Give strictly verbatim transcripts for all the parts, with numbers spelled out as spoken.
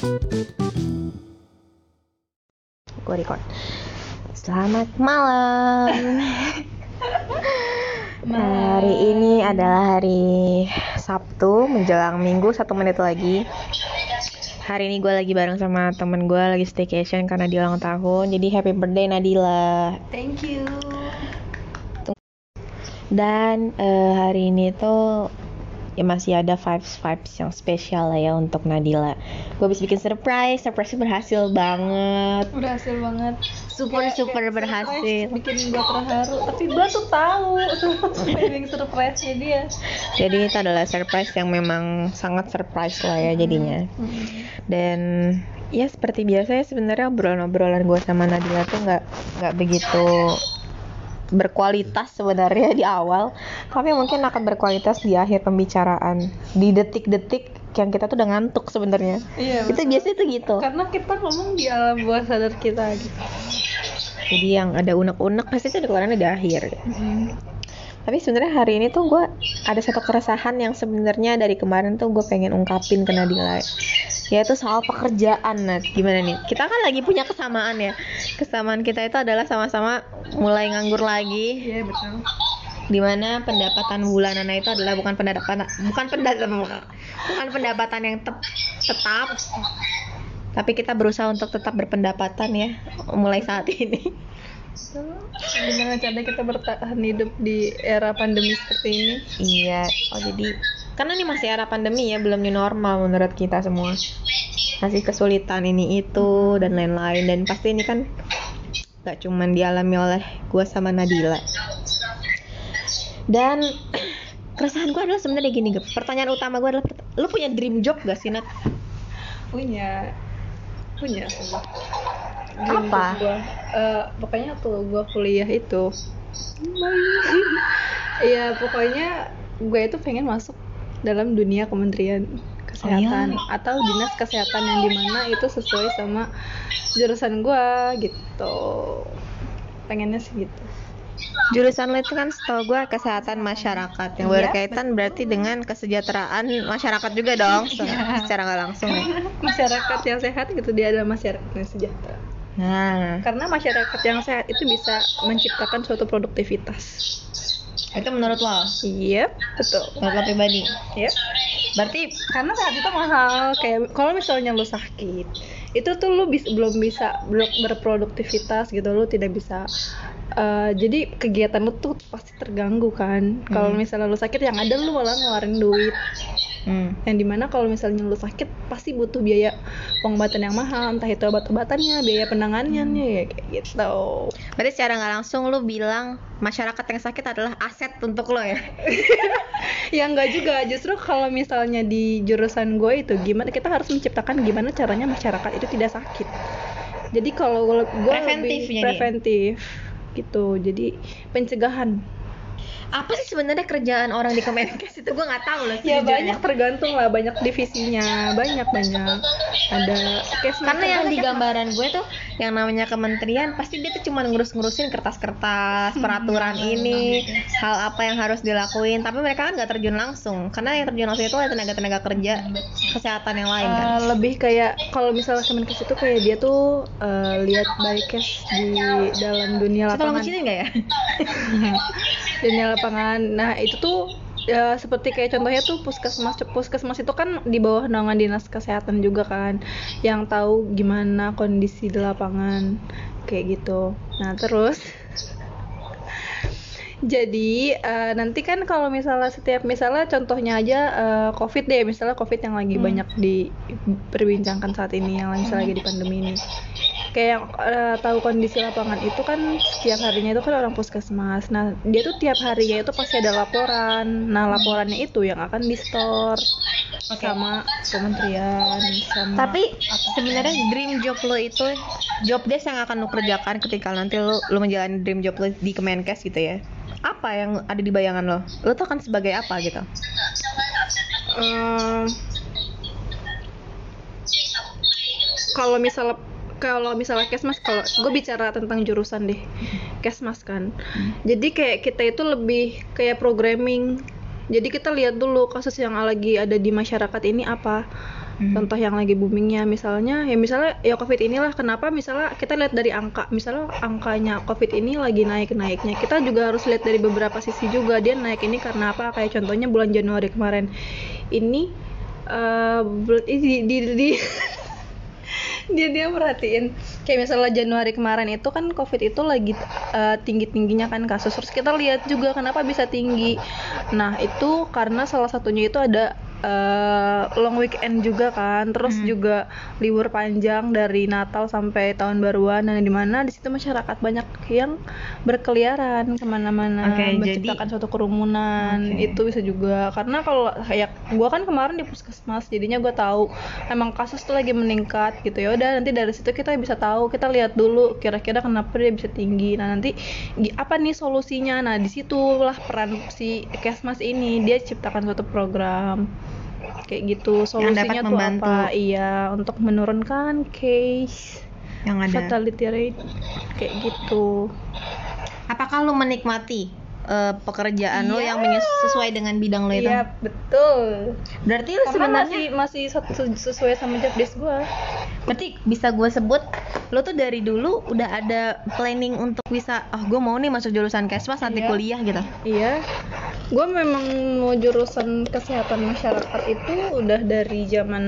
Gue record. Selamat malam. Hari ini adalah hari Sabtu menjelang Minggu, satu menit lagi. Hari ini gue lagi bareng sama temen gue, lagi staycation karena dia ulang tahun. Jadi happy birthday Nadila. Thank you. Dan uh, hari ini tuh ya masih ada vibes-vibes yang spesial lah ya untuk Nadila. Gue habis bikin surprise, surprise berhasil banget. Berhasil banget. Super Kayak- super kayak berhasil. surprise bikin gue terharu. Tapi gue tuh tahu feeling surprise-nya dia. Jadi itu adalah surprise yang memang sangat surprise lah ya jadinya. Hmm. Dan ya seperti biasa ya sebenarnya obrolan-obrolan gue sama Nadila tuh nggak nggak begitu berkualitas sebenarnya di awal, tapi mungkin akan berkualitas di akhir pembicaraan, di detik-detik yang kita tuh udah ngantuk sebenarnya. Iya. Itu betul. biasanya tuh gitu. Karena kita ngomong di alam bawah sadar kita gitu. Jadi yang ada unek-unek pasti tuh keluarannya di akhir. Hmm. Tapi sebenarnya hari ini tuh gue ada satu keresahan yang sebenarnya dari kemarin tuh gue pengen ungkapin ke Nadila, yaitu soal pekerjaan. Nah, gimana nih? Kita kan lagi punya kesamaan ya. Kesamaan kita itu adalah sama-sama mulai nganggur lagi. Iya betul. Dimana pendapatan bulanan itu adalah bukan pendapatan bukan pendapatan bukan pendapatan yang tep- tetap, tapi kita berusaha untuk tetap berpendapatan ya mulai saat ini. So, gimana caranya kita bertahan hidup di era pandemi seperti ini? Iya, oh jadi karena ini masih era pandemi ya, belum new normal menurut kita semua. Masih kesulitan ini itu dan lain-lain, dan pasti ini kan gak cuman dialami oleh gue sama Nadila. Dan keresahan gue adalah sebenarnya gini, Gep. Pertanyaan utama gue adalah, lu punya dream job gak sih, Nat? Punya, punya semua. Apa? Gua, uh, pokoknya tuh gue kuliah itu, iya pokoknya gue itu pengen masuk dalam dunia Kementerian Kesehatan. Oh, iya? Atau dinas kesehatan yang dimana itu sesuai sama jurusan gue gitu. Pengennya sih gitu. Jurusan lo itu kan setahu gue kesehatan masyarakat, yang Iya, berkaitan berarti dengan kesejahteraan masyarakat juga dong, se- secara nggak langsung ya. Masyarakat yang sehat gitu, dia adalah masyarakat yang sejahtera. Nah, Karena masyarakat yang sehat itu bisa menciptakan suatu produktivitas. itu menurut lo, Iya, betul. menurut lo pribadi. Ya. Berarti Karena saat itu mahal. Kayak kalau misalnya lu sakit, itu tuh lu bis, belum bisa ber- berproduktivitas gitu, lu tidak bisa. Uh, jadi kegiatan lu tuh pasti terganggu kan. Kalau Hmm. misalnya lu sakit, yang ada lu malah ngeluarin duit. hmm, Yang dimana kalau misalnya lu sakit pasti butuh biaya pengobatan yang mahal, entah itu obat-obatannya, biaya penanganannya, ya kayak gitu. berarti secara nggak langsung lo bilang masyarakat yang sakit adalah aset untuk lo ya. Ya enggak juga, justru kalau misalnya di jurusan gue itu gimana kita harus menciptakan gimana caranya masyarakat itu tidak sakit. Jadi kalau gue Preventif lebih jadi. preventif gitu, jadi pencegahan. Apa sih sebenarnya kerjaan orang di Kemenkes itu, gue nggak tahu loh Ya sejujurnya. banyak, tergantung lah, banyak divisinya, banyak banyak. Ada kesmas, Karena yang di kesmas. gambaran gue tuh yang namanya kementerian pasti dia tuh cuma ngurus-ngurusin kertas-kertas, peraturan ini, hal apa yang harus dilakuin, tapi mereka kan nggak terjun langsung, karena yang terjun langsung itu adalah tenaga-tenaga kerja kesehatan yang lain kan. Uh, lebih kayak kalau misalnya Kemenkes itu kayak dia tuh uh, lihat baikes di dalam dunia Coba lapangan. ngomongin nggak ya? Dunia lapangan. Nah itu tuh ya seperti kayak contohnya tuh puskesmas. Puskesmas itu kan di bawah naungan dinas kesehatan juga kan, yang tahu gimana kondisi di lapangan kayak gitu. Nah terus jadi uh, nanti kan kalau misalnya setiap misalnya contohnya aja uh, COVID deh, misalnya COVID yang lagi Hmm. banyak diperbincangkan saat ini, yang misalnya lagi di pandemi ini, kayak yang uh, tahu kondisi lapangan itu kan setiap harinya itu kan orang puskesmas. Nah dia tuh tiap harinya itu pasti ada laporan. Nah laporannya itu yang akan di store Oke. sama kementerian sama. Tapi sebenarnya dream job lo itu, job desk yang akan lo kerjakan ketika nanti lo lo menjalani dream job lo di Kemenkes gitu ya, apa yang ada di bayangan lo? Lo tuh akan sebagai apa gitu? Ehm, kalau misalnya kalau misalnya kesmas, kalau gue bicara tentang jurusan deh, kesmas kan. Jadi kayak kita itu lebih kayak programming. Jadi kita lihat dulu kasus yang lagi ada di masyarakat ini apa. Mhm. Contoh yang lagi boomingnya misalnya ya misalnya ya covid inilah kenapa misalnya kita lihat dari angka, misalnya angkanya covid ini lagi naik-naiknya, kita juga harus lihat dari beberapa sisi juga dia naik ini karena apa. Kayak contohnya bulan Januari kemarin ini uh, di, di, di, di dia dia merhatiin kayak misalnya Januari kemarin itu kan covid itu lagi uh, tinggi-tingginya kan kasus, terus kita lihat juga kenapa bisa tinggi. Nah itu karena salah satunya itu ada uh, long weekend juga kan, terus Hmm. juga libur panjang dari Natal sampai tahun baruan, dan dimana di situ masyarakat banyak yang berkeliaran kemana-mana, Oke, menciptakan jadi- suatu kerumunan. Oke. Itu bisa juga karena kalau kayak gua kan kemarin di puskesmas, jadinya gua tahu emang kasus tuh lagi meningkat gitu. Ya udah nanti dari situ kita bisa tahu, kita lihat dulu kira-kira kenapa dia bisa tinggi. Nah nanti gi- apa nih solusinya. Nah disitulah peran si Kesmas ini, dia ciptakan suatu program kayak gitu, Yang dapat solusinya tuh membantu. apa, iya, untuk menurunkan case Yang ada. fatality rate kayak gitu. Apakah lu menikmati uh, pekerjaan lu Iya. yang menyes- sesuai dengan bidang lu itu? Iya betul, Berarti lu karena sebenarnya masih masih satu- sesuai sama job desk gua. berarti bisa gue sebut lu tuh dari dulu udah ada planning untuk bisa oh gue mau nih masuk jurusan Kesmas nanti Iya. kuliah gitu. Iya, gue memang mau jurusan kesehatan masyarakat itu udah dari zaman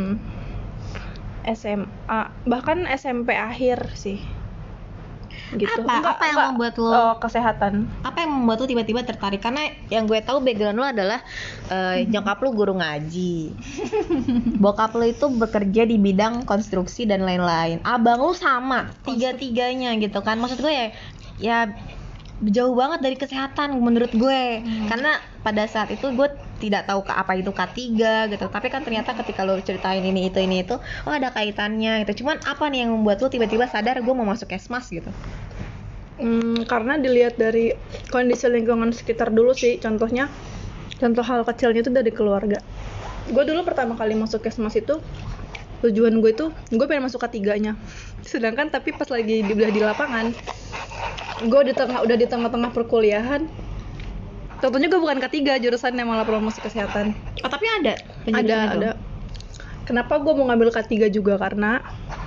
S M A, bahkan S M P akhir sih. Gitu. Apa? Apa yang membuat lo- oh, kesehatan? Apa yang membuat lu tiba-tiba tertarik? Karena yang gue tahu background lu adalah eh, nyokap lu guru ngaji, bokap lu itu bekerja di bidang konstruksi dan lain-lain, abang lu sama, tiga-tiganya gitu kan. Maksud gue ya, ya jauh banget dari kesehatan menurut gue. Karena pada saat itu gue tidak tahu ke apa itu K tiga gitu. Tapi kan ternyata ketika lu ceritain ini itu ini itu, oh ada kaitannya gitu. Cuman apa nih yang membuat lu tiba-tiba sadar gue mau masuk Kesmas gitu? Hmm, karena dilihat dari kondisi lingkungan sekitar dulu sih. Contohnya, contoh hal kecilnya itu dari keluarga. Gue dulu pertama kali masuk Kesmas itu tujuan gue itu gue pengen masuk K tiga-nya. Sedangkan tapi pas lagi di udah di lapangan, gue di tengah udah di tengah-tengah perkuliahan. Contohnya gue bukan K tiga jurusannya, malah promosi kesehatan. Oh tapi ada Ada penjurusan itu? ada. Kenapa gue mau ngambil K tiga juga karena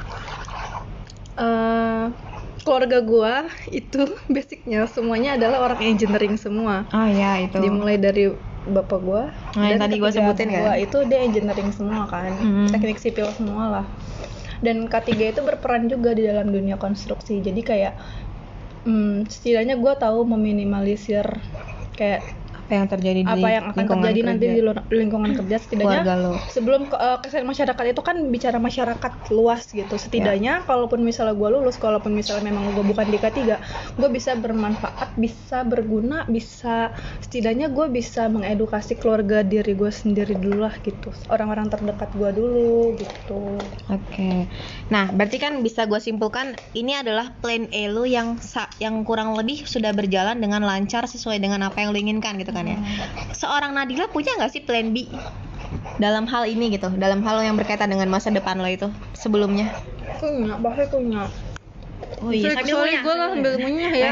eh keluarga gue itu basicnya semuanya adalah orang engineering semua. Oh ya itu. Dimulai dari bapak gua Nah, yang tadi gua ketiga sebutin kan? gua itu dia engineering semua kan, Mhm. teknik sipil semua lah. Dan K tiga itu berperan juga di dalam dunia konstruksi. Jadi kayak hmm, setidaknya gua tahu meminimalisir kayak Apa yang terjadi di apa yang akan lingkungan terjadi nanti kerja di lu- lingkungan kerja. keluarga Setidaknya lo. sebelum ke- eh, kesehatan masyarakat itu kan bicara masyarakat luas gitu. Setidaknya kalaupun misalnya gue lulus, kalaupun misalnya memang gue bukan di K tiga, gue bisa bermanfaat, bisa berguna, bisa setidaknya gue bisa mengedukasi keluarga diri gue sendiri dulu lah gitu, orang-orang terdekat gue dulu gitu. Oke. Nah, berarti kan bisa gue simpulkan ini adalah plan E lu yang sa- yang kurang lebih sudah berjalan dengan lancar sesuai dengan apa yang lu inginkan gitu kan ya. Seorang Nadila punya nggak sih plan B dalam hal ini gitu, dalam hal yang berkaitan dengan masa depan lo itu sebelumnya? Punya, bahkan punya. Oh iya, sambil Sorry, punya. gue lah sambil punya ya.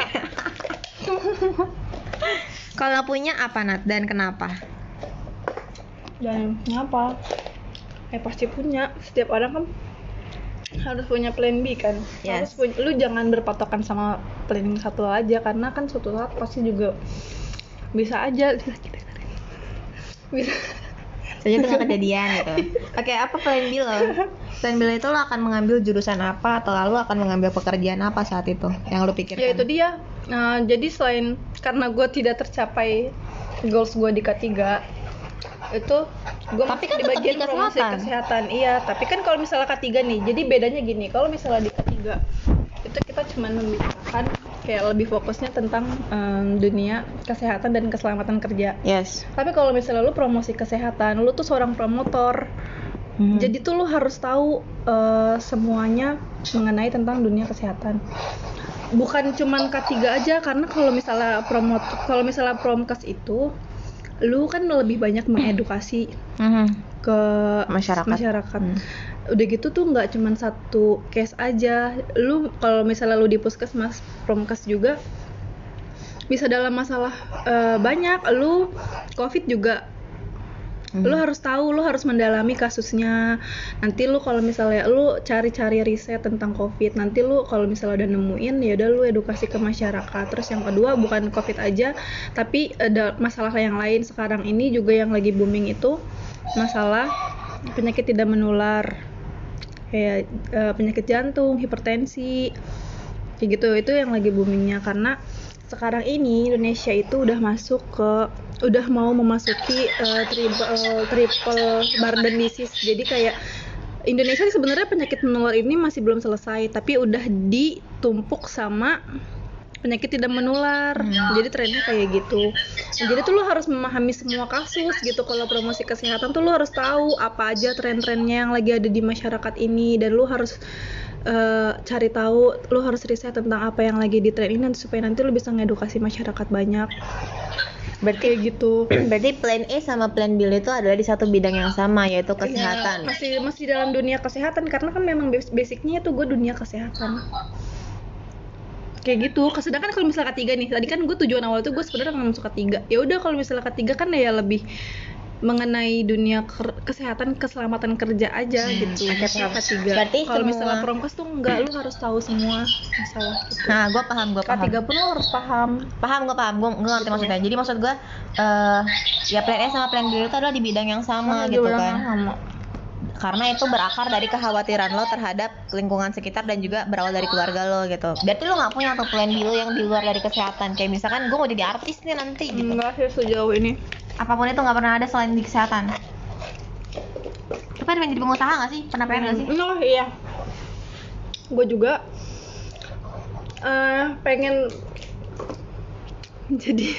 Kalau punya apa Nat dan kenapa? Dan ngapa? Eh pasti punya. Setiap orang kan harus punya plan B kan. Yes. Harus punya. Lu jangan berpatokan sama planning satu aja, karena kan suatu saat pasti juga bisa aja bisa. Saja itu nggak kejadian gitu. Oke, apa plan B lo? Plan B lo itu lo akan mengambil jurusan apa atau lalu akan mengambil pekerjaan apa saat itu yang lo pikirkan? Ya itu dia. Nah, jadi selain karena gue tidak tercapai goals gue di K tiga, itu gue Tapi masih kan di tetap bagian di promosi kesehatan. kesehatan. Iya, tapi kan kalau misalnya K tiga nih, jadi bedanya gini, kalau misalnya di K tiga itu kita cuma membicarakan kayak lebih fokusnya tentang em, dunia kesehatan dan keselamatan kerja. Yes. Tapi kalau misalnya lu promosi kesehatan, lu tuh seorang promotor. Mhm. Jadi tuh lu harus tahu eh, semuanya mengenai tentang dunia kesehatan. Bukan cuman K tiga aja, karena kalau misalnya promot kalau misalnya promkes itu lu kan lebih banyak mengedukasi Mhm. ke Masyarakat. masyarakat. Hmm. Udah gitu tuh nggak cuman satu case aja. Lu kalau misalnya lu di puskesmas, promkes juga bisa dalam masalah eh, banyak. Lu COVID juga Hmm. Lu harus tahu, lu harus mendalami kasusnya. Nanti lu kalau misalnya lu cari-cari riset tentang COVID, nanti lu kalau misalnya udah nemuin, ya udah lu edukasi ke masyarakat. Terus yang kedua, bukan COVID aja, tapi ada masalah yang lain sekarang ini juga yang lagi booming itu masalah penyakit tidak menular. Kayak uh, penyakit jantung, hipertensi. Kayak gitu, itu yang lagi boomingnya karena sekarang ini Indonesia itu udah masuk ke udah mau memasuki uh, triple uh, triple burden disease. Jadi kayak Indonesia sebenarnya penyakit menular ini masih belum selesai, tapi udah ditumpuk sama penyakit tidak menular. Hmm. Jadi trennya kayak gitu. Jadi tuh lu harus memahami semua kasus gitu. Kalau promosi kesehatan tuh lu harus tahu apa aja tren-trennya yang lagi ada di masyarakat ini, dan lu harus Uh, cari tahu, lu harus riset tentang apa yang lagi di tren ini supaya nanti lu bisa ngedukasi masyarakat banyak. Berarti kayak gitu. Berarti plan A sama plan B itu adalah di satu bidang yang sama, yaitu kesehatan. Ya, masih masih dalam dunia kesehatan karena kan memang basicnya itu gue dunia kesehatan. Kayak gitu. Sedangkan kalau misalnya ketiga nih, tadi kan gue tujuan awal tuh gue sebenarnya pengen masuk ketiga. Ya udah kalau misalnya ketiga kan ya lebih mengenai dunia ker- kesehatan keselamatan kerja aja hmm, gitu. Ketiga. Berarti kalau semua... misalnya promkes tuh enggak, lu harus tahu semua masalah gitu. Nah, gue paham, gue paham. Ketiga pun lu harus paham. Paham, gue paham. Gue ngerti gitu. Maksudnya. Jadi maksud gue uh, ya plan A sama plan B itu adalah di bidang yang sama nah, gitu kan. Sama. Karena itu berakar dari kekhawatiran lo terhadap lingkungan sekitar dan juga berawal dari keluarga lo gitu. Berarti lo nggak punya tuh plan B lo yang di luar dari kesehatan. Kayak misalkan gue mau jadi artis nih nanti gitu. Enggak sih sejauh ini. Apapun itu nggak pernah ada selain di kesehatan. Lu pengen jadi pengusaha nggak sih? Pernah pengen nggak sih? Oh iya. Gue juga uh, pengen jadi.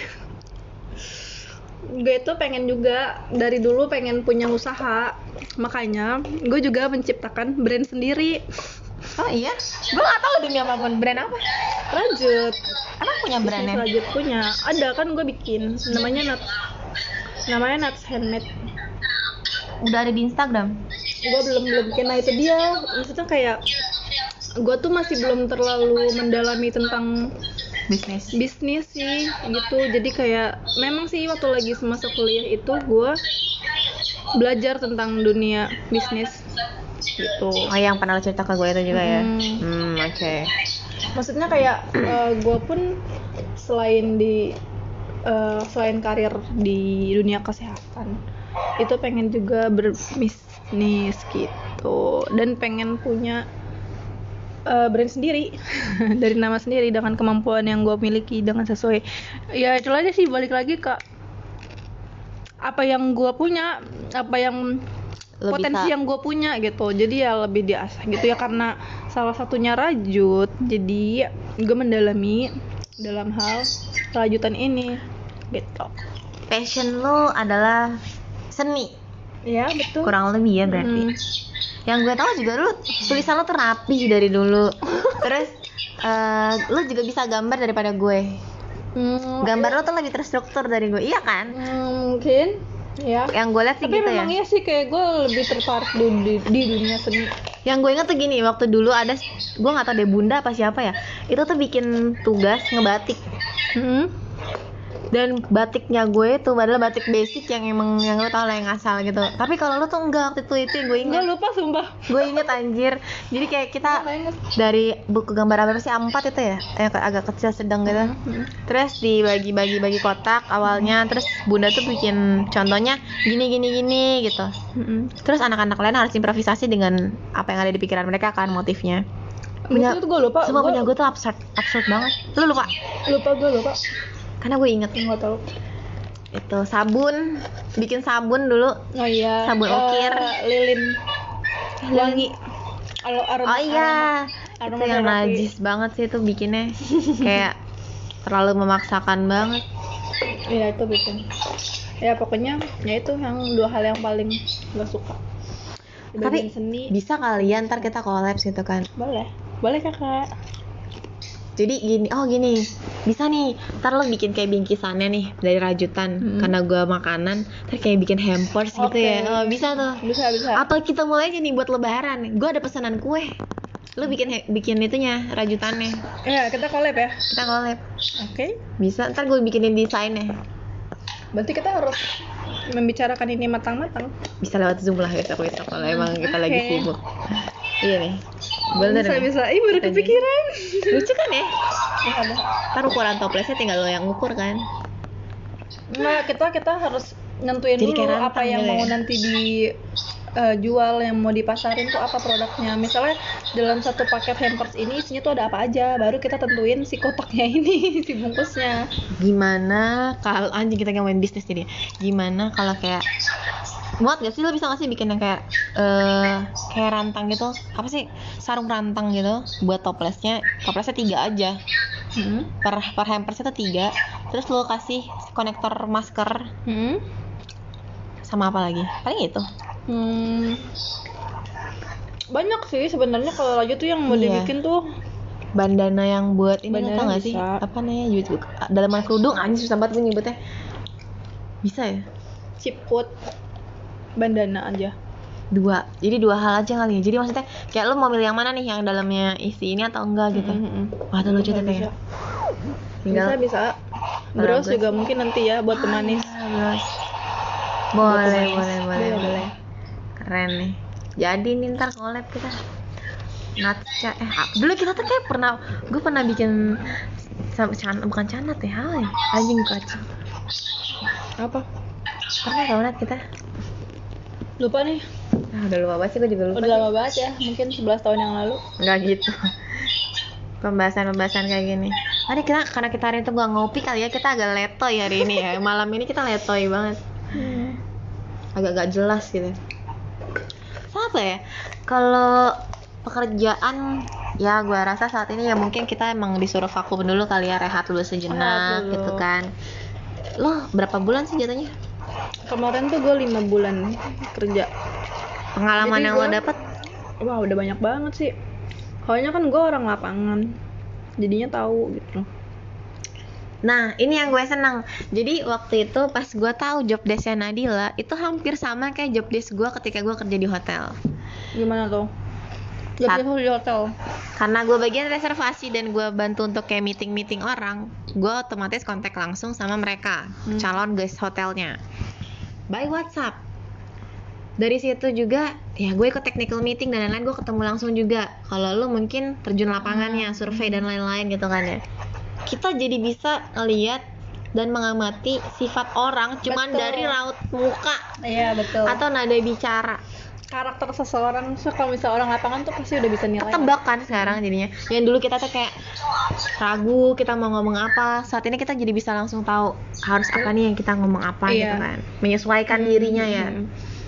Gue itu pengen juga dari dulu pengen punya usaha, makanya gue juga menciptakan brand sendiri. Oh iya? Gue nggak tahu demi apapun. Brand apa? Rajut. Emang punya brandnya? Rajut punya. Ada kan gue bikin. Namanya Nuts. Namanya Nuts Handmade. Udah ada di Instagram? Gue belum belum bikin. Nah itu dia. Maksudnya kayak gue tuh masih belum terlalu mendalami tentang bisnis bisnis sih gitu. Jadi kayak memang sih waktu lagi semasa kuliah itu gue belajar tentang dunia bisnis gitu. Oh yang pernah lo cerita ke gue itu juga ya. Hmm, hmm oke. Okay. Maksudnya kayak uh, gue pun selain di uh, selain karir di dunia kesehatan itu pengen juga berbisnis gitu, dan pengen punya Uh, brand sendiri dari nama sendiri dengan kemampuan yang gue miliki dengan sesuai. Ya itu aja sih, balik lagi ke apa yang gue punya, apa yang lo potensi bisa. Yang gue punya gitu. Jadi ya lebih diasah gitu ya, karena salah satunya rajut. Jadi gue mendalami dalam hal rajutan ini gitu. Passion lo adalah seni. Ya betul. Kurang lebih ya berarti. Hmm. Yang gue tahu juga lu tulisan lu tuh rapi dari dulu. Terus uh, lu juga bisa gambar daripada gue. Hmm, gambar lu tuh lebih terstruktur dari gue, iya kan? Hmm, mungkin. Ya. Yang gue lihat sih tapi gitu ya. Tapi memang iya sih, kayak gue lebih tertarik di, di, di dunia seni. Yang gue ingat tuh gini, waktu dulu ada, gue nggak tahu deh bunda apa siapa ya, itu tuh bikin tugas ngebatik. Hmm. Dan batiknya gue itu adalah batik basic yang emang yang lo tau lah, yang asal gitu. Tapi kalau lo tuh enggak, waktu itu itu yang gue ingat. Gue lupa sumpah. Gue inget anjir. Jadi kayak kita dari buku gambar apa sih, A empat itu ya, yang agak kecil sedang gitu. Mm-hmm. Terus dibagi-bagi bagi kotak awalnya. Terus bunda tuh bikin contohnya gini gini gini gitu. Mm-hmm. Terus anak-anak lain harus improvisasi dengan apa yang ada di pikiran mereka kan, motifnya. Punya, itu gue lupa. Semua punya gue tuh absurd, absurd banget. Lu lupa? Lupa gue lupa. Karena gue inget. Nggak tahu. Itu sabun, bikin sabun dulu. Oh iya. Sabun uh, ukir. Lilin. Lagi. Aroma, oh iya. Aroma, itu yang najis banget sih itu bikinnya. Kayak terlalu memaksakan banget. Iya itu bikin. Ya pokoknya ya itu yang dua hal yang paling gak suka. Tapi seni. Bisa kalian ntar kita collab gitu kan? Boleh. Boleh kakak. Jadi gini, oh gini, bisa nih, ntar lo bikin kayak bingkisannya nih dari rajutan, hmm. karena gue makanan, ntar kayak bikin hampers okay. gitu ya, oh, bisa tuh. Bisa bisa. Atau kita mulai aja nih buat lebaran, gue ada pesanan kue, lo bikin bikin itunya rajutannya. Iya, kita collab ya. Kita collab. Oke. Okay. Bisa, ntar gue bikinin desainnya. Berarti kita harus membicarakan ini matang-matang. Bisa lewat Zoom lah besok-besok kalau emang kita lagi Oke. sibuk. Iya nih. Bener Bisa nih. bisa. Ih baru Kita kepikiran. Lucu kan ya? Ya, ada. Ntar ukuran toplesnya tinggal lo yang ukur kan. Nah, kita kita harus nentuin Jadi dulu kayak apa rantang yang gitu mau ya? nanti di eh, jual, yang mau dipasarin tuh apa produknya. Misalnya dalam satu paket hampers ini isinya tuh ada apa aja, baru kita tentuin si kotaknya ini, si bungkusnya. Gimana kalau anjing kita ngomongin bisnis jadi gimana kalau kayak muat gak sih, lo bisa gak sih bikin yang kayak eh kayak rantang gitu, apa sih, sarung rantang gitu buat toplesnya toplesnya tiga aja Hmm. per per hampersnya tuh tiga, terus lo kasih konektor masker Hmm. sama apa lagi paling itu. Hmm. Banyak sih sebenarnya kalau laju tuh yang mau Iya. dibikin tuh. Bandana yang buat ini lo Bandana tau gak sih bisa. apa namanya juga dalaman kerudung, anjing susah banget gue nyebutnya. Bisa ya Ciput bandana aja. dua, jadi dua hal aja kali ya. Jadi maksudnya kayak lo mau milih yang mana nih, yang dalamnya isi ini atau enggak gitu. Mm-mm. Wah itu lucu tuh Bisa, kayak bisa. tinggal Bisa bisa. Taruh Bros bros. juga mungkin nanti ya buat pemanis. Ah, bros. Buat Boleh, pemanis. boleh, boleh, Boleh, boleh. boleh. Keren nih. Jadi nih ntar collab kita. Natcha, eh ah, dulu kita tuh kayak pernah, gue pernah bikin sama can, bukan canat ya, apa ya? Anjing kacau. Apa? Pernah tau Nat kita? Lupa nih. Ah, udah lupa banget sih, gue juga lupa. Udah lama banget ya, mungkin sebelas tahun yang lalu. Enggak gitu. Pembahasan-pembahasan kayak gini. Tadi kita karena kita hari itu gak ngopi kali ya, kita agak letoy hari ini ya. Malam ini kita letoy banget. Hmm. Agak gak jelas gitu. Apa ya? Kalau pekerjaan ya gue rasa saat ini ya mungkin kita emang disuruh vakum dulu kali ya, rehat dulu sejenak Rehat dulu. gitu kan. Lo berapa bulan sih jatuhnya? Kemarin tuh gue lima bulan kerja. Pengalaman Jadi yang gua- lo dapet? Wah udah banyak banget sih. Soalnya kan gue orang lapangan, jadinya tahu gitu. Nah ini yang gue senang. Jadi waktu itu pas gue tahu job desknya Nadila itu hampir sama kayak job desk gue ketika gue kerja di hotel. Gimana tuh? Saat- Jadi di hotel. Karena gue bagian reservasi dan gue bantu untuk kayak meeting-meeting orang, gue otomatis kontak langsung sama mereka, Hmm. calon guest hotelnya, by WhatsApp. Dari situ juga, ya gue ikut technical meeting dan lain-lain, gue ketemu langsung juga. Kalau lo mungkin terjun lapangannya, survei dan lain-lain gitu kan ya. Kita jadi bisa ngeliat dan mengamati sifat orang cuman Betul. dari raut muka Iya betul. atau nada bicara. Karakter seseorang, so kalau misalnya orang lapangan tuh pasti udah bisa nilai. Ketebak kan sekarang jadinya. Yang dulu kita tuh kayak ragu kita mau ngomong apa, saat ini kita jadi bisa langsung tahu harus apa nih yang kita ngomong apa Iya. gitu kan, menyesuaikan dirinya ya. Hmm.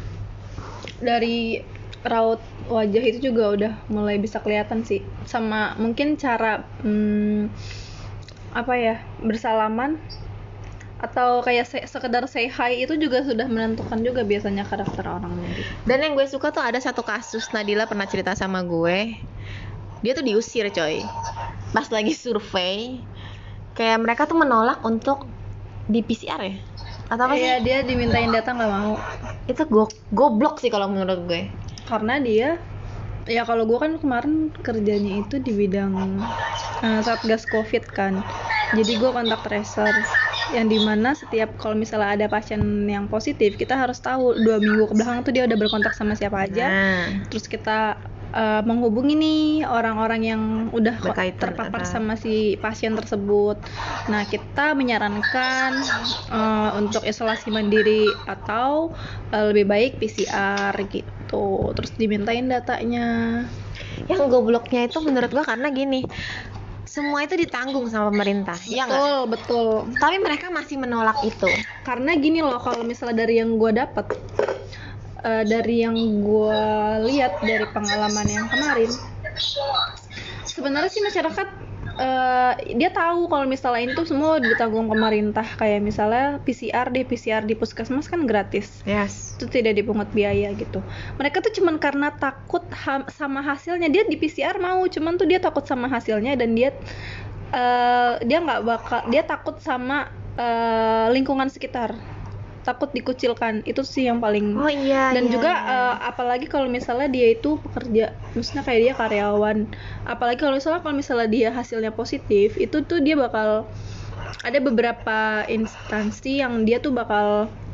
Dari raut wajah itu juga udah mulai bisa kelihatan sih, sama mungkin cara hmm, apa ya, bersalaman atau kayak se- sekedar say hi itu juga sudah menentukan juga biasanya karakter orangnya gitu. Dan yang gue suka tuh ada satu kasus, Nadila pernah cerita sama gue, dia tuh diusir coy pas lagi survei, kayak mereka tuh menolak untuk di P C R ya atau apa sih? Iya, dia dimintain data nggak mau Itu go goblok sih kalau menurut gue. karena dia, ya kalau gue kan kemarin kerjanya itu di bidang uh, satgas covid kan, jadi gue kontak tracer yang dimana setiap kalau misalnya ada pasien yang positif kita harus tahu dua minggu ke belakang tuh dia udah berkontak sama siapa aja. Nah, Terus kita uh, menghubungi nih orang-orang yang udah ko- Berkaitan, terpapar apa. sama si pasien tersebut. Nah, kita menyarankan uh, untuk isolasi mandiri atau uh, lebih baik P C R gitu. Terus dimintain datanya. yang gobloknya itu menurut gue karena gini, semua itu ditanggung sama pemerintah, ya nggak? Betul, betul. Tapi mereka masih menolak itu. Karena gini loh, kalau misalnya dari yang gue dapet, uh, dari yang gue lihat dari pengalaman yang kemarin, sebenarnya sih masyarakat uh, dia tahu kalau misalnya itu semua ditanggung pemerintah. Kayak misalnya P C R di P C R di puskesmas kan gratis, Yes. itu tidak dipungut biaya gitu. Mereka tuh cuman karena takut ha- sama hasilnya, dia di P C R mau, cuman tuh dia takut sama hasilnya dan dia uh, dia nggak bakal, dia takut sama uh, lingkungan sekitar, takut dikucilkan. Itu sih yang paling. Oh iya. Dan iya, juga iya. uh, apalagi kalau misalnya dia itu pekerja, maksudnya kayak dia karyawan, apalagi kalau misalnya kalau misalnya dia hasilnya positif, itu tuh dia bakal ada beberapa instansi yang dia tuh bakal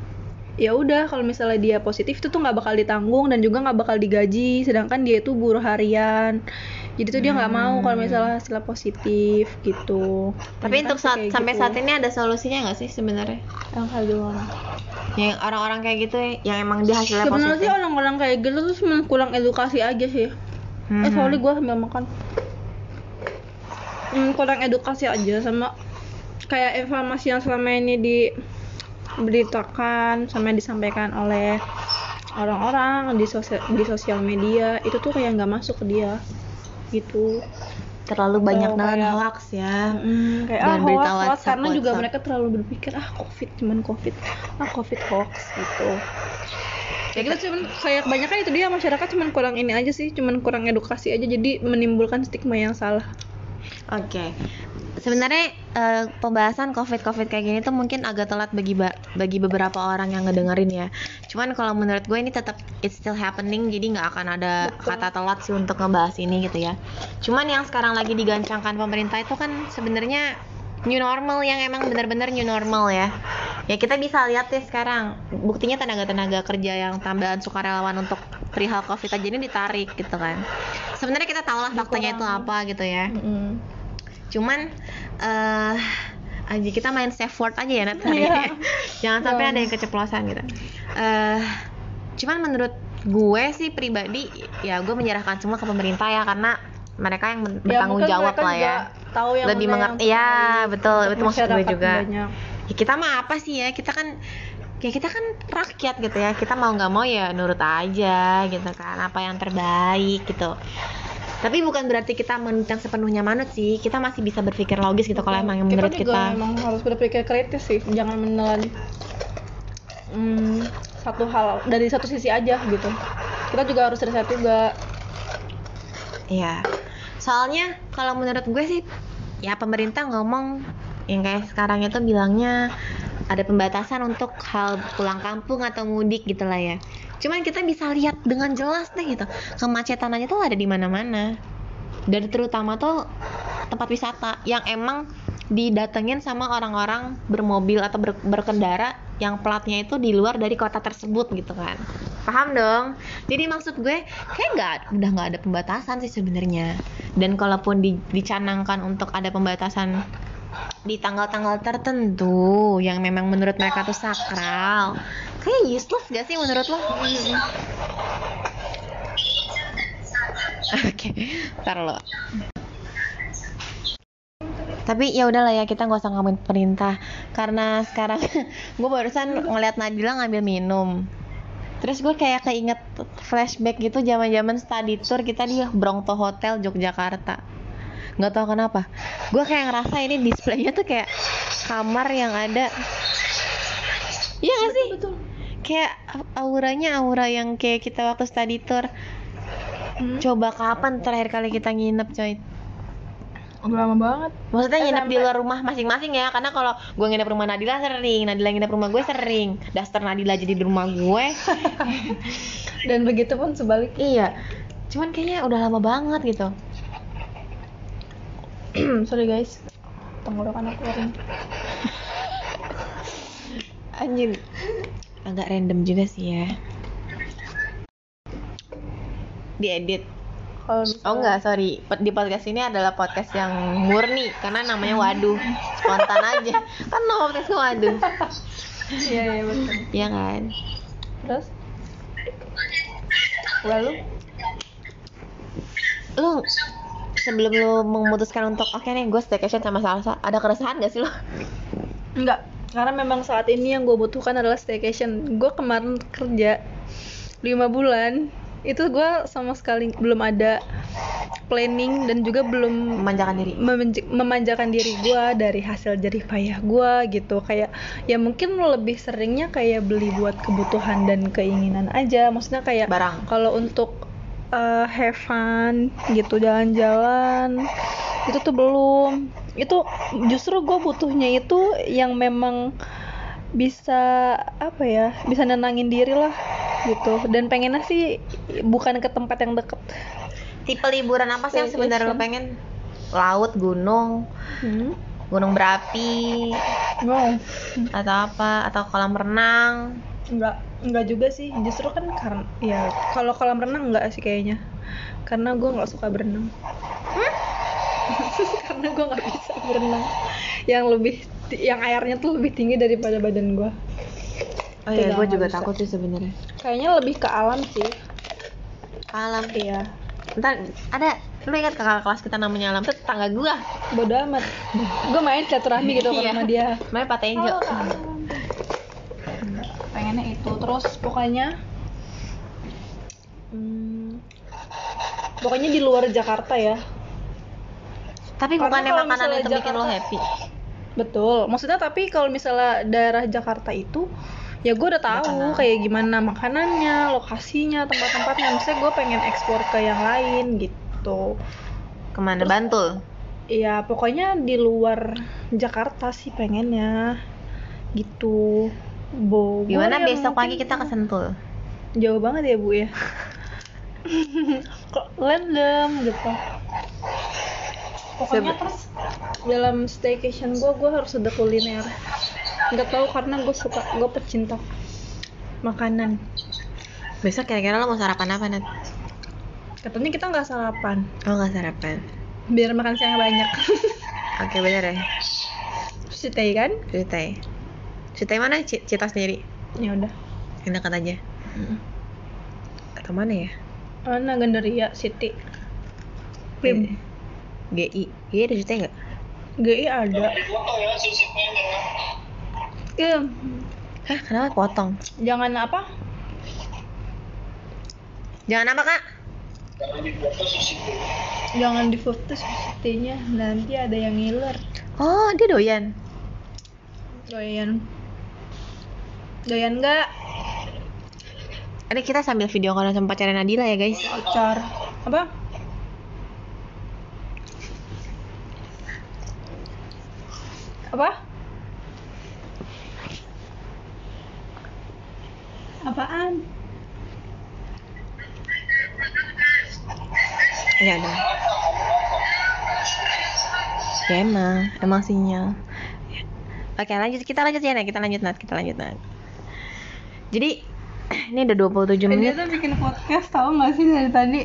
ya udah kalau misalnya dia positif itu tuh nggak bakal ditanggung dan juga nggak bakal digaji, sedangkan dia itu buruh harian, jadi tuh dia nggak mau kalau misalnya hasilnya positif gitu. Tapi Ya untuk kan, saat, kayak sampai gitu. saat ini ada solusinya nggak sih sebenarnya? yang kayak gimana? Yang orang-orang kayak gitu yang emang dia hasilnya Sebenarnya positif. sih orang-orang kayak gitu tuh cuma kurang edukasi aja sih. Hmm. Eh sorry gue sambil makan. Hmm, kurang edukasi aja sama kayak informasi yang selama ini diberitakan sama disampaikan oleh orang-orang di sosial di sosial media itu tuh kayak nggak masuk ke dia gitu. Terlalu banyak Atau dengan kayak- hoax ya. Mm, kayak Dan ah berita hoax, hoax WhatsApp, karena juga WhatsApp. mereka terlalu berpikir ah covid cuman covid ah covid hoax gitu. Kayak gitu cuman kayak kebanyakan itu dia masyarakat cuman kurang ini aja sih, cuman kurang edukasi aja jadi menimbulkan stigma yang salah. Oke. Sebenarnya eh, pembahasan covid-covid kayak gini tuh mungkin agak telat bagi ba- bagi beberapa orang yang ngedengerin ya. Cuman kalau menurut gue ini tetap it's still happening, jadi nggak akan ada Betul. kata telat sih untuk ngebahas ini gitu ya. Cuman yang sekarang lagi digancangkan pemerintah itu kan sebenarnya new normal yang emang benar-benar new normal ya. Ya kita bisa lihat ya sekarang buktinya tenaga-tenaga kerja yang tambahan sukarelawan untuk perihal covid aja ini ditarik gitu kan. Sebenarnya kita tahu lah faktanya itu Dikurangin. apa gitu ya. Mm-mm. Cuman eh aja kita main safe word aja ya Nat hari Iya. ini. Jangan sampai Iya. ada yang keceplosan gitu. Eh cuman menurut gue sih pribadi ya gue menyerahkan semua ke pemerintah ya karena mereka yang ber- Ya, bertanggung mungkin jawab mereka lah ya. juga tahu yang Lebih mana mengerti yang ya, terbaik betul, untuk itu maksud gue masyarakat juga. banyak. Ya kita mah apa sih ya? Kita kan ya kita kan rakyat gitu ya. Kita mau nggak mau ya nurut aja gitu kan. Apa yang terbaik gitu. Tapi bukan berarti kita menurut yang sepenuhnya manut sih. Kita masih bisa berpikir logis gitu kalau emang yang menurut kita juga kita. emang harus berpikir kritis sih, jangan menelan hmm, satu hal dari satu sisi aja gitu. Kita juga harus riset juga. Iya. Soalnya kalau menurut gue sih ya pemerintah ngomong yang kayak sekarang itu bilangnya ada pembatasan untuk hal pulang kampung atau mudik gitu lah ya. Cuman kita bisa lihat dengan jelas deh gitu. Kemacetan aja tuh ada di mana-mana. Dan terutama tuh tempat wisata yang emang didatengin sama orang-orang bermobil atau ber- berkendara yang platnya itu di luar dari kota tersebut gitu kan. Paham dong? Jadi maksud gue kayak nggak udah nggak ada pembatasan sih sebenarnya. Dan kalaupun di, dicanangkan untuk ada pembatasan di tanggal-tanggal tertentu yang memang menurut mereka tuh sakral, kayak useless gak sih menurut lo? Oke, ntar lo. Tapi ya udahlah ya kita nggak usah ngomongin perintah karena sekarang gue barusan ngeliat Nadila ngambil minum. Terus gue kayak keinget flashback gitu zaman-zaman study tour kita di Brompton Hotel Yogyakarta. Nggak tahu kenapa. Gue kayak ngerasa ini displaynya tuh kayak kamar yang ada. Iya nggak sih? Betul. Kayak auranya aura yang kayak kita waktu study tour. Hmm. Coba kapan terakhir kali kita nginep coy? Udah lama banget. Maksudnya Eh, nginep di sampai- luar rumah masing-masing ya, karena kalau gue nginep rumah Nadila sering, Nadila nginep rumah gue sering, daster Nadila jadi di rumah gue. Dan begitu pun sebaliknya. Iya, cuman kayaknya udah lama banget gitu. Sorry guys, tenggorokan aku kering. Anjir, agak random juga sih ya. Diedit. Kalau misalnya- Oh enggak, sorry. Di podcast ini adalah podcast yang murni karena namanya Waduh. Spontan aja. Kan nama podcastnya Waduh. Iya iya betul. Iya kan? Terus? Lalu? Lu sebelum lu memutuskan untuk oke nih gue staycation sama Salsa, ada keresahan gak sih lo? Enggak, karena memang saat ini yang gue butuhkan adalah staycation. Gue kemarin kerja lima bulan, itu gue sama sekali belum ada planning dan juga belum Memanjakan diri. memenj- memanjakan diri gue dari hasil jerih payah gue gitu. Kayak ya mungkin lebih seringnya kayak beli buat kebutuhan dan keinginan aja. Maksudnya kayak Barang. kalau untuk uh, have fun gitu jalan-jalan itu tuh belum. Itu justru gue butuhnya itu yang memang bisa apa ya, bisa nenangin diri lah gitu. Dan pengennya sih bukan ke tempat yang deket. Tipe liburan apa sih yang sebenarnya lo pengen? Laut, gunung, Hmm? gunung berapi, Wow. atau apa? Atau kolam renang? Enggak, enggak juga sih. Justru kan karena ya kalau kolam renang enggak sih kayaknya. Karena gue nggak suka berenang. Karena gue nggak bisa berenang. Yang lebih yang airnya tuh lebih tinggi daripada badan gue. Oh iya, Tidak, gue nggak juga bisa. takut sih sebenarnya. Kayaknya lebih ke alam sih. Alam. Iya. Ntar ada, lu ingat kakak kelas kita namanya Alam tuh tetangga gua. Bodo amat. Gue main silaturahmi gitu Iya. sama dia. Namanya Pak Tejo. Pengennya itu. Terus pokoknya hmm, pokoknya di luar Jakarta ya. Tapi Karena bukannya kalau makanan misalnya itu bikin lo Jakarta- happy. Betul. Maksudnya tapi kalau misalnya daerah Jakarta itu ya gue udah tahu kenal. kayak gimana makanannya, lokasinya, tempat-tempatnya. Maksudnya gue pengen ekspor ke yang lain gitu. Kemana? Bantul. Iya, pokoknya di luar Jakarta sih pengennya gitu. Bogor Gimana ya besok mungkin pagi kita ke Sentul? jauh banget ya Bu ya. Kok random gitu. Pokoknya Sebe- terus dalam staycation gue gue harus ada kuliner. Nggak tahu karena gue suka, gue pecinta makanan. Besok kira-kira lo mau sarapan apa, Nat? Katanya kita nggak sarapan, Oh, nggak sarapan. biar makan siang banyak. Oke, bener ya. Stay kan? Citai. Citai mana? C- Cita sendiri. Ya udah. Enak aja. Atau mana ya? Mana Gandaria City? Eh, G I. G I ada Citai nggak? G I ada. Iya. Hah, kenapa potong? Jangan apa? Jangan apa, Kak? Jangan difoto City-nya, nanti ada yang ngiler. Oh, dia doyan. Doyan. Doyan nggak? Ini kita sambil video call sama pacarnya Nadila ya, guys. Pacar. Apa? Apa? Apaan? Enggak dong. Ya emang, emang sinyal. Oke, lanjut, kita lanjut ya, Nat. Kita lanjut, Nat. Kita lanjut, Nat. Jadi, ini udah dua puluh tujuh Dia menit. tuh bikin podcast, tahu nggak sih dari tadi?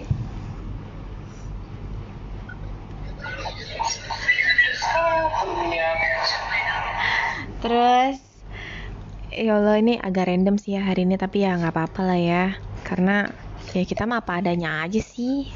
Terus, ya Allah, ini agak random sih ya hari ini, tapi ya nggak apa-apa lah ya. Karena ya kita mah apa adanya aja sih.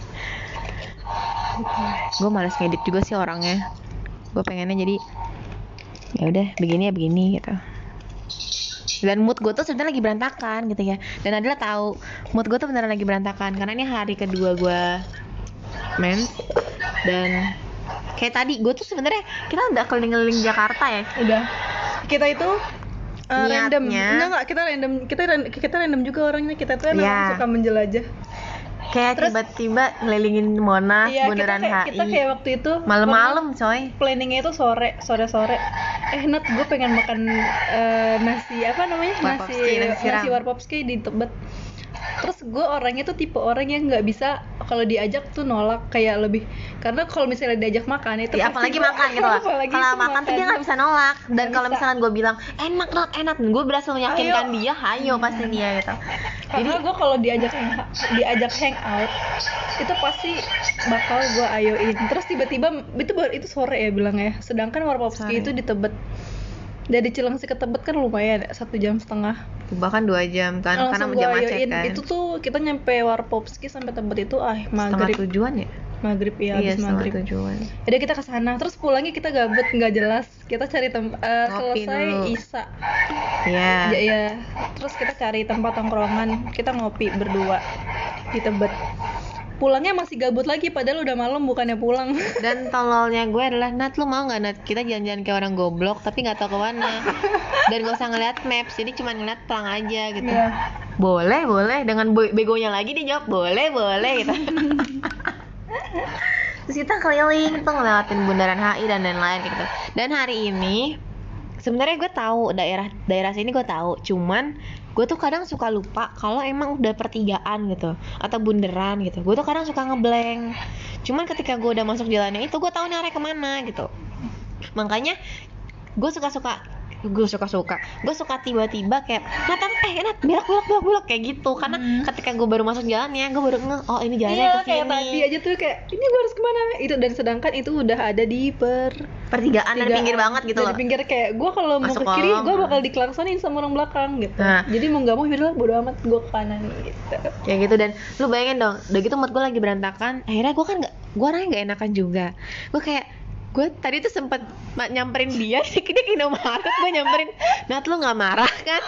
Gue males ngedit juga sih orangnya. Gue pengennya jadi ya udah begini ya begini gitu. Dan mood gue tuh sebenarnya lagi berantakan gitu ya. Dan Adela tahu mood gue tuh beneran lagi berantakan karena ini hari kedua gue mens. Dan kayak tadi gue tuh sebenarnya kita udah keliling-keliling Jakarta ya. Udah. Kita itu uh, random. Niatnya- Enggak enggak, kita random. Kita ran- kita random juga orangnya. Kita tuh emang Iya. suka menjelajah. Kayak Terus- tiba-tiba ngelilingin Monas, Iya, kita Bundaran kayak, H I. kita kayak waktu itu Malam-malam coy. planningnya itu sore sore sore eh Nat gue pengen makan eh, nasi apa namanya nasi Warpopski, nasi siram. nasi warpopski di Tebet. Terus gue orangnya tuh tipe orang yang nggak bisa kalau diajak tuh nolak, kayak lebih karena kalau misalnya diajak makan itu Ya, pasti apalagi gua- makan gitu loh. apalagi Kalau itu makan tuh dia nggak bisa nolak. Dan Nggak kalau bisa. misalnya gue bilang enak Nat, enak, gue berhasil meyakinkan Ayo. dia, hayo pasti dia gitu. karena gue kalau diajak hang, diajak hangout itu pasti bakal gue ayoin. Terus tiba-tiba itu baru itu sore ya bilang ya, sedangkan warpopski Sore. itu di Tebet. Dari Cilengsi ke Tebet kan lumayan, satu jam setengah. Bahkan dua jam kan, karena Langsung jam gua macet ayoin. kan. Itu tuh kita nyampe Warpopski sampai Tebet itu ah Setengah maghrib. tujuan ya? Maghrib ya, Iya, habis setengah maghrib. tujuan. Jadi kita ke sana, terus pulangnya kita gabut nggak jelas. Kita cari tempat Ngopi selesai dulu. Isa. Iya. Ya, ya. Terus kita cari tempat tongkrongan, kita ngopi berdua di Tebet. Pulangnya masih gabut lagi padahal udah malam bukannya pulang. Dan tololnya gue adalah, Nat lu mau nggak Nat kita jalan-jalan kayak orang goblok tapi nggak tahu kemana. Dan gak usah ngeliat maps, jadi cuma ngeliat pelang aja gitu. Iya. Boleh, boleh. Dengan be- begonya lagi dia jawab boleh, boleh gitu. Terus kita keliling tuh ngelewatin Bundaran H I dan lain-lain gitu. Dan hari ini sebenarnya gue tahu daerah daerah sini gue tahu, cuman gue tuh kadang suka lupa kalau emang udah pertigaan gitu atau bundaran gitu. Gue tuh kadang suka ngeblank. Cuman ketika gue udah masuk jalannya itu gue tahu nih arah kemana gitu. Makanya gue suka-suka gue suka-suka gue suka tiba-tiba kayak Nathan eh Nat belok belok belok belok kayak gitu karena Hmm. ketika gue baru masuk jalannya gue baru ngeh oh ini jalannya Iya, ke kayak sini tadi aja tuh kayak ini gue harus kemana itu, dan sedangkan itu udah ada di per pertigaan dari pinggir banget gitu dari loh. pinggir, kayak gue kalau mau Masuk ke kiri kolong. gue bakal diklaksonin sama orang belakang gitu. Nah. Jadi mau nggak mau yaudah bodo amat gue ke kanan gitu. Kayak gitu dan lu bayangin dong udah gitu mood gue lagi berantakan akhirnya gue kan nggak gue orangnya nggak enakan juga gue kayak gue tadi tuh sempet ma- nyamperin dia dia ke Indomaret gue nyamperin Nat lu nggak marah kan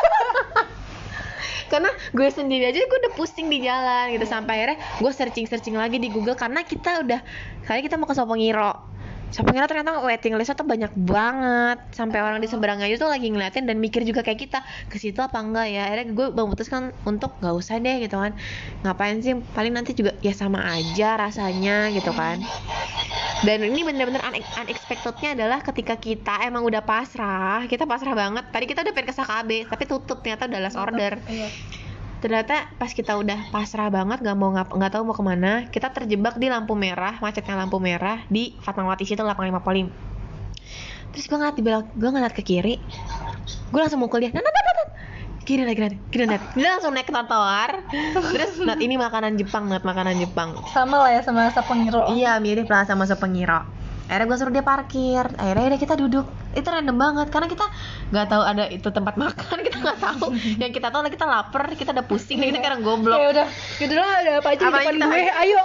karena gue sendiri aja gue udah pusing di jalan gitu sampai akhirnya gue searching searching lagi di Google karena kita udah kali kita mau ke Sopongiro Sopongiro ternyata waiting listnya tuh banyak banget sampai orang di seberangnya aja tuh lagi ngeliatin dan mikir juga kayak kita ke situ apa enggak ya akhirnya gue memutuskan untuk nggak usah deh gitu kan ngapain sih paling nanti juga ya sama aja rasanya gitu kan dan ini bener-bener une- unexpectednya adalah ketika kita emang udah pasrah kita pasrah banget tadi kita udah pengen ke S K B tapi tutup ternyata udah last order Iya. ternyata pas kita udah pasrah banget nggak mau ngap nggak tahu mau kemana kita terjebak di lampu merah macetnya lampu merah di Fatmawati situ lapangan lima Polim terus gue ngeliat di belakang gue ngeliat ke kiri gue langsung mukul dia Nat, Nat, Nat, Nat. kiri lagi Nat kiri Nat dia langsung naik ke trotoar terus Nat ini makanan Jepang Nat makanan Jepang Sama lah ya sama Sopongiro. iya mirip lah sama Sopengiro akhirnya gue suruh dia parkir akhirnya udah kita duduk itu random banget karena kita nggak tahu ada itu tempat makan kita nggak tahu yang kita tahu kita lapar kita udah pusing kita sekarang goblok Ya udah, gitu lah ada apa aja Apa di depan kita- gue, ayo.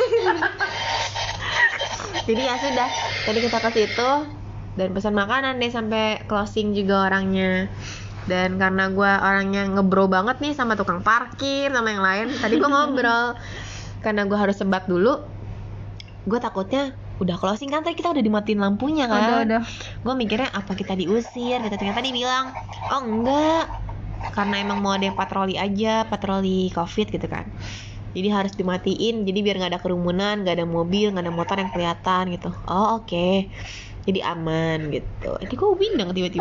jadi ya sudah tadi kita ke situ dan pesan makanan deh sampai closing juga orangnya dan karena gue orangnya ngebro banget nih sama tukang parkir sama yang lain tadi gue ngobrol karena gue harus sebat dulu gue takutnya udah closing kan tadi kita udah dimatiin lampunya kan Udah, udah. gue mikirnya apa kita diusir gitu ternyata dia bilang oh enggak karena emang mau ada yang patroli aja patroli covid gitu kan jadi harus dimatiin jadi biar nggak ada kerumunan nggak ada mobil nggak ada motor yang kelihatan gitu oh oke okay. Jadi aman gitu ini kok bindeng tiba-tiba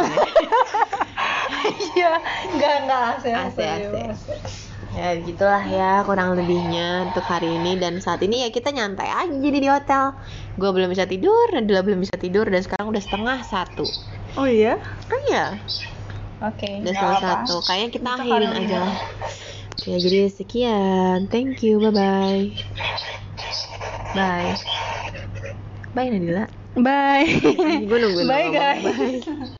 Iya, enggak enggak asik Asik, asik. Ya gitulah ya kurang lebihnya untuk hari ini dan saat ini ya kita nyantai aja nih di hotel gue belum bisa tidur Nadila belum bisa tidur dan sekarang udah setengah satu Oh iya? kan ya Oke. udah setengah satu kayaknya kita Untuk akhirin hari aja ini. lah ya jadi sekian thank you bye bye bye bye Nadila Bye. gue nungguin lo Bye ngomong. guys. Bye.